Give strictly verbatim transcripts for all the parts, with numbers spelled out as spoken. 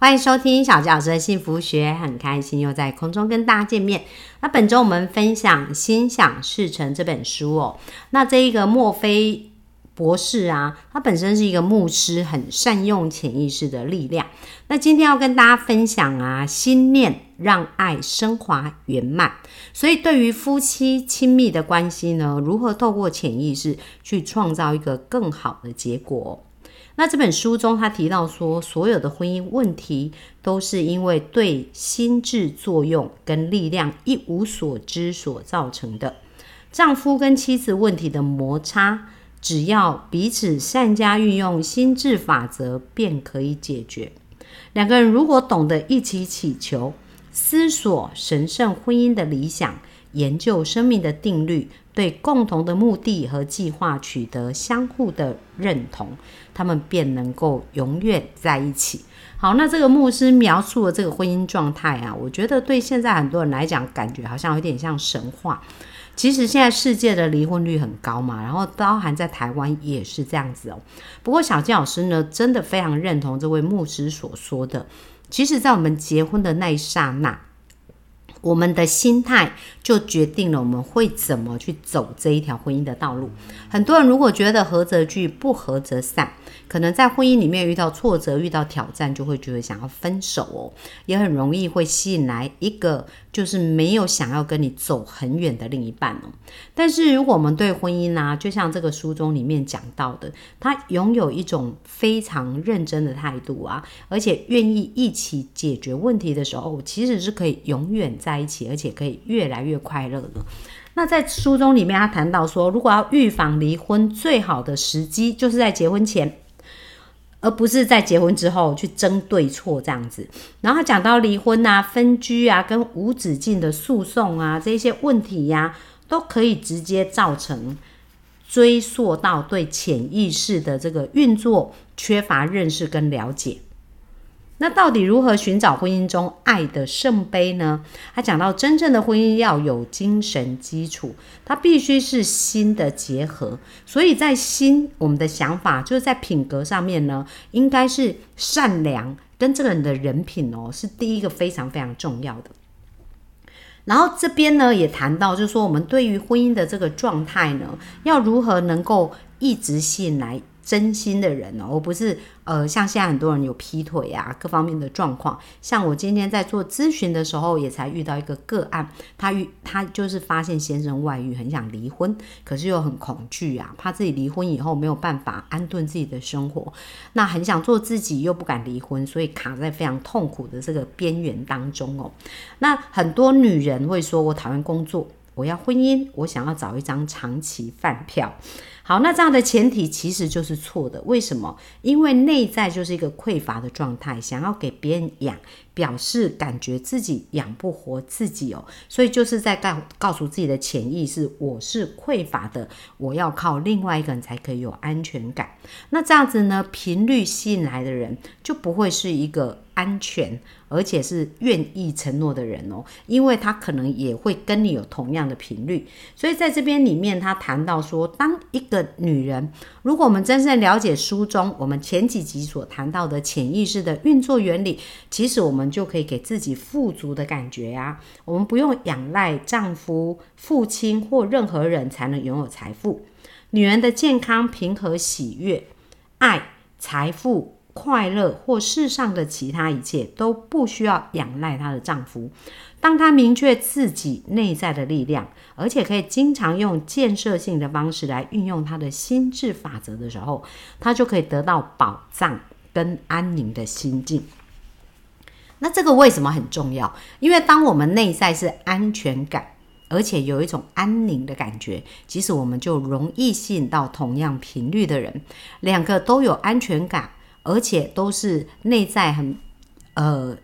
欢迎收听小纪老师的幸福学，很开心又在空中跟大家见面。那本周我们分享《心想事成》这本书哦。那这一个墨菲博士啊，他本身是一个牧师，很善用潜意识的力量。那今天要跟大家分享啊，心念让爱升华圆满。所以对于夫妻亲密的关系呢，如何透过潜意识去创造一个更好的结果？那这本书中他提到说，所有的婚姻问题都是因为对心智作用跟力量一无所知所造成的。丈夫跟妻子问题的摩擦，只要彼此善加运用心智法则便可以解决。两个人如果懂得一起祈求，思索神圣婚姻的理想，研究生命的定律，对共同的目的和计划取得相互的认同，他们便能够永远在一起。好，那这个牧师描述的这个婚姻状态啊，我觉得对现在很多人来讲，感觉好像有点像神话。其实现在世界的离婚率很高嘛，然后包含在台湾也是这样子哦。不过小纪老师呢，真的非常认同这位牧师所说的，其实在我们结婚的那一刹那，我们的心态就决定了我们会怎么去走这一条婚姻的道路。很多人如果觉得合则聚，不合则散，可能在婚姻里面遇到挫折，遇到挑战，就会觉得想要分手哦，也很容易会吸引来一个就是没有想要跟你走很远的另一半哦。但是如果我们对婚姻啊，就像这个书中里面讲到的，他拥有一种非常认真的态度啊，而且愿意一起解决问题的时候，其实是可以永远在一起，而且可以越来越快乐的。那在书中里面他谈到说，如果要预防离婚，最好的时机就是在结婚前，而不是在结婚之后去争对错这样子。然后他讲到离婚啊、分居啊跟无止境的诉讼啊，这些问题呀、啊，都可以直接造成追溯到对潜意识的这个运作缺乏认识跟了解。那到底如何寻找婚姻中爱的圣杯呢？他讲到真正的婚姻要有精神基础，它必须是心的结合。所以在心，我们的想法就是在品格上面呢，应该是善良，跟这个人的人品哦，是第一个非常非常重要的。然后这边呢也谈到，就是说我们对于婚姻的这个状态呢，要如何能够一直吸引来真心的人哦，而不是呃像现在很多人有劈腿啊各方面的状况。像我今天在做咨询的时候，也才遇到一个个案，他遇他就是发现先生外遇，很想离婚，可是又很恐惧啊，怕自己离婚以后没有办法安顿自己的生活，那很想做自己又不敢离婚，所以卡在非常痛苦的这个边缘当中哦。那很多女人会说，我讨厌工作，我要婚姻，我想要找一张长期饭票。好，那这样的前提其实就是错的。为什么？因为内在就是一个匮乏的状态，想要给别人养，表示感觉自己养不活自己哦，所以就是在告告诉自己的潜意识，我是匮乏的，我要靠另外一个人才可以有安全感。那这样子呢，频率吸引来的人就不会是一个安全而且是愿意承诺的人哦，因为他可能也会跟你有同样的频率。所以在这边里面他谈到说，当一个女人，如果我们真正了解书中我们前几集所谈到的潜意识的运作原理，其实我们就可以给自己富足的感觉啊，我们不用仰赖丈夫、父亲或任何人才能拥有财富。女人的健康、平和、喜悦、爱、财富、快乐或世上的其他一切都不需要仰赖她的丈夫。当她明确自己内在的力量，而且可以经常用建设性的方式来运用她的心智法则的时候，她就可以得到宝藏跟安宁的心境。那这个为什么很重要？因为当我们内在是安全感，而且有一种安宁的感觉，其实我们就容易吸引到同样频率的人。两个都有安全感，而且都是内在很呃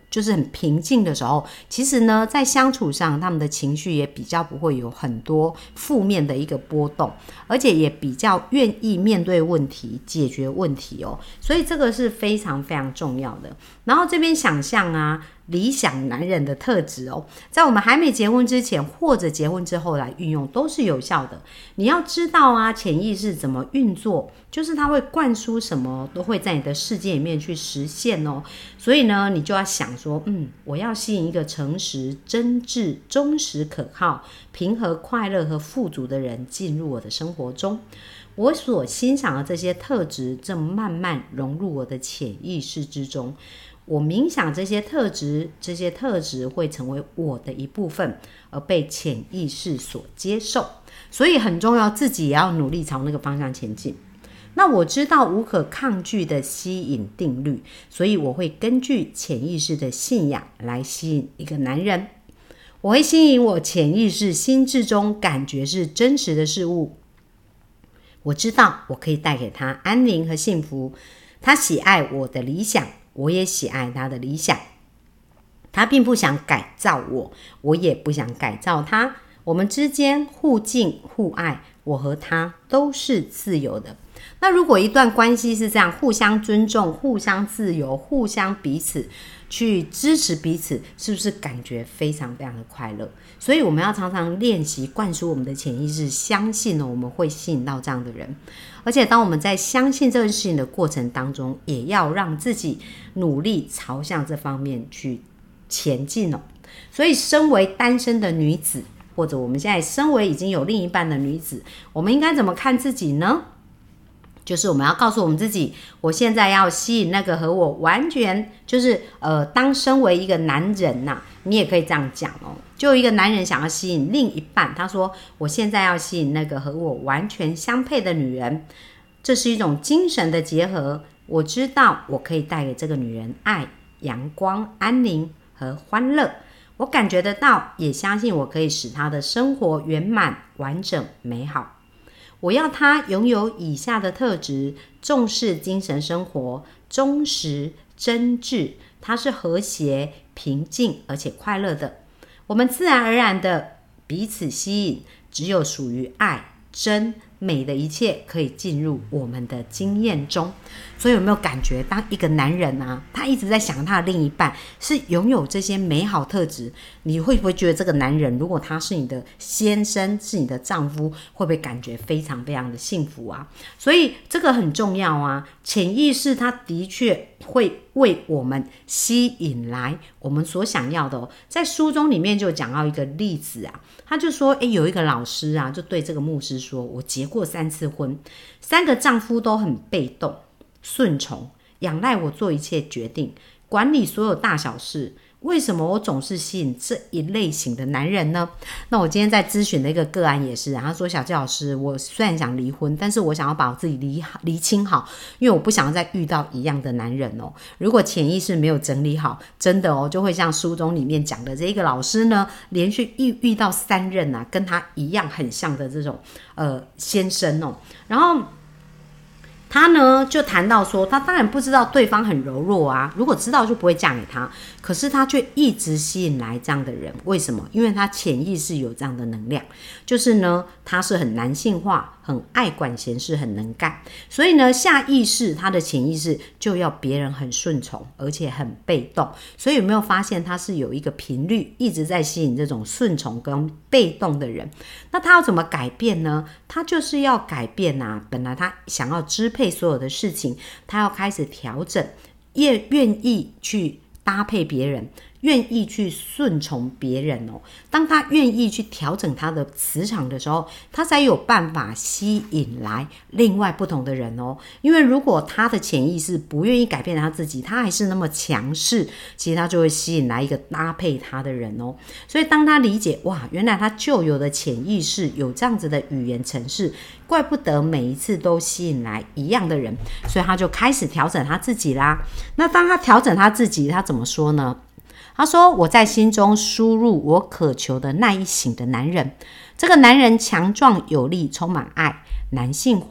就是很平静的时候，其实呢在相处上他们的情绪也比较不会有很多负面的一个波动，而且也比较愿意面对问题解决问题哦，所以这个是非常非常重要的。然后这边想象啊理想男人的特质哦，在我们还没结婚之前或者结婚之后来运用都是有效的。你要知道啊潜意识怎么运作，就是它会灌输什么都会在你的世界里面去实现哦。所以呢你就要想说，嗯，我要吸引一个诚实、真挚、忠实、可靠、平和、快乐和富足的人进入我的生活中。我所欣赏的这些特质正慢慢融入我的潜意识之中。我冥想这些特质，这些特质会成为我的一部分，而被潜意识所接受。所以很重要，自己也要努力朝那个方向前进。那我知道无可抗拒的吸引定律，所以我会根据潜意识的信仰来吸引一个男人。我会吸引我潜意识心智中感觉是真实的事物。我知道我可以带给他安宁和幸福。他喜爱我的理想，我也喜爱他的理想。他并不想改造我，我也不想改造他。我们之间互敬互爱，我和他都是自由的。那如果一段关系是这样，互相尊重、互相自由、互相彼此去支持彼此，是不是感觉非常非常的快乐？所以我们要常常练习灌输我们的潜意识，相信我们会吸引到这样的人。而且当我们在相信这件事情的过程当中，也要让自己努力朝向这方面去前进哦。所以身为单身的女子，或者我们现在身为已经有另一半的女子，我们应该怎么看自己呢？就是我们要告诉我们自己，我现在要吸引那个和我完全就是呃，当身为一个男人呐、啊，你也可以这样讲哦。就一个男人想要吸引另一半，他说我现在要吸引那个和我完全相配的女人，这是一种精神的结合。我知道我可以带给这个女人爱、阳光、安宁和欢乐。我感觉得到，也相信我可以使她的生活圆满、完整、美好。我要他拥有以下的特质：重视精神生活，忠实、真挚，他是和谐、平静而且快乐的。我们自然而然的彼此吸引，只有属于爱、真、美的一切可以进入我们的经验中。所以有没有感觉，当一个男人啊，他一直在想他的另一半是拥有这些美好特质，你会不会觉得这个男人，如果他是你的先生，是你的丈夫，会不会感觉非常非常的幸福啊？所以这个很重要啊，潜意识它的确会为我们吸引来我们所想要的哦。在书中里面就讲到一个例子啊，他就说，诶，有一个老师啊，就对这个牧师说，我结过三次婚，三个丈夫都很被动、顺从，仰赖我做一切决定，管理所有大小事。为什么我总是吸引这一类型的男人呢？那我今天在咨询的一个个案也是，他说小纪老师，我虽然想离婚，但是我想要把我自己离离清好，因为我不想要再遇到一样的男人哦。如果潜意识没有整理好，真的哦，就会像书中里面讲的这一个老师呢，连续遇遇到三任啊，跟他一样很像的这种呃先生哦，然后。他呢就谈到说，他当然不知道对方很柔弱啊，如果知道就不会嫁给他，可是他却一直吸引来这样的人。为什么？因为他潜意识有这样的能量，就是呢他是很男性化，很爱管闲事，很能干，所以呢下意识他的潜意识就要别人很顺从，而且很被动。所以有没有发现他是有一个频率一直在吸引这种顺从跟被动的人？那他要怎么改变呢？他就是要改变啊，本来他想要支配所有的事情，他要开始调整，也愿意去搭配别人，愿意去顺从别人哦。当他愿意去调整他的磁场的时候，他才有办法吸引来另外不同的人哦。因为如果他的潜意识不愿意改变他自己，他还是那么强势，其实他就会吸引来一个搭配他的人哦。所以当他理解，哇，原来他旧有的潜意识有这样子的语言程式，怪不得每一次都吸引来一样的人，所以他就开始调整他自己啦。那当他调整他自己，他怎么说呢？他说，我在心中输入我渴求的那一型的男人，这个男人强壮有力，充满爱，男性化，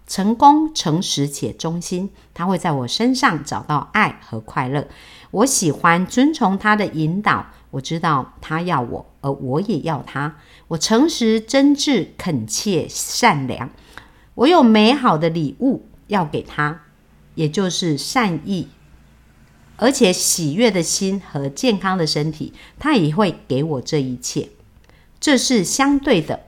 成功、诚实且忠心，他会在我身上找到爱和快乐。我喜欢遵从他的引导，我知道他要我，而我也要他。我诚实、真挚、恳切、善良。我有美好的礼物要给他，也就是善意，而且喜悦的心和健康的身体，他也会给我这一切。这是相对的，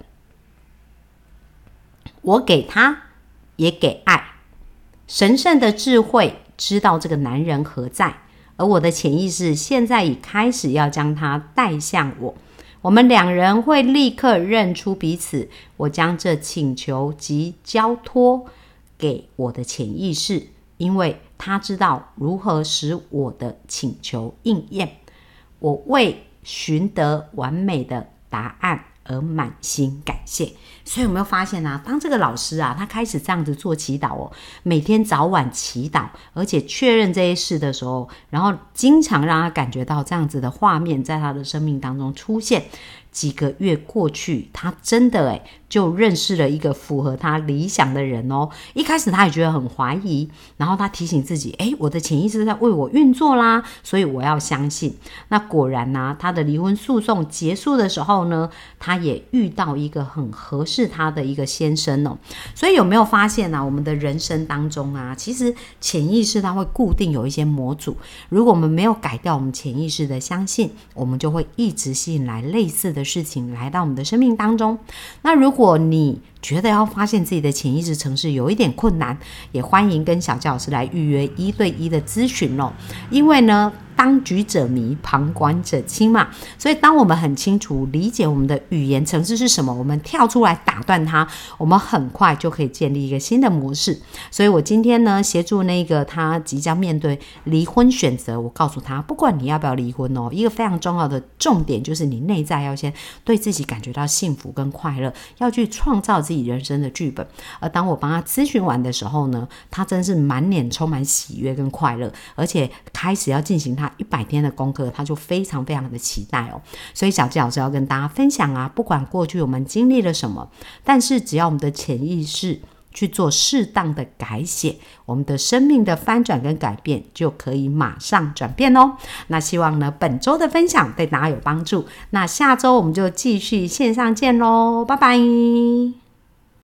我给他，也给爱。神圣的智慧知道这个男人何在，而我的潜意识现在已开始要将他带向我。我们两人会立刻认出彼此。我将这请求及交托给我的潜意识，因为他知道如何使我的请求应验。我为寻得完美的答案而满心感谢。所以有没有发现啊，当这个老师啊，他开始这样子做祈祷哦，每天早晚祈祷，而且确认这些事的时候，然后经常让他感觉到这样子的画面在他的生命当中出现。几个月过去，他真的诶就认识了一个符合他理想的人哦。一开始他也觉得很怀疑，然后他提醒自己，诶我的潜意识在为我运作啦，所以我要相信。那果然啊，他的离婚诉讼结束的时候呢，他也遇到一个很合适他的一个先生哦。所以有没有发现啊，我们的人生当中啊，其实潜意识它会固定有一些模组，如果我们没有改掉我们潜意识的相信，我们就会一直吸引来类似的事情来到我们的生命当中。那如果你觉得要发现自己的潜意识程式有一点困难，也欢迎跟小纪老师来预约一对一的咨询哦。因为呢，当局者迷，旁观者清嘛，所以当我们很清楚理解我们的语言程式是什么，我们跳出来打断它，我们很快就可以建立一个新的模式。所以我今天呢，协助那个他即将面对离婚选择，我告诉他，不管你要不要离婚哦，一个非常重要的重点就是你内在要先对自己感觉到幸福跟快乐，要去创造自己人生的剧本。而当我帮他咨询完的时候呢，他真是满脸充满喜悦跟快乐，而且开始要进行他一百天的功课，他就非常非常的期待哦。所以小纪老师要跟大家分享啊，不管过去我们经历了什么，但是只要我们的潜意识去做适当的改写，我们的生命的翻转跟改变就可以马上转变哦。那希望呢本周的分享对大家有帮助，那下周我们就继续线上见咯，拜拜。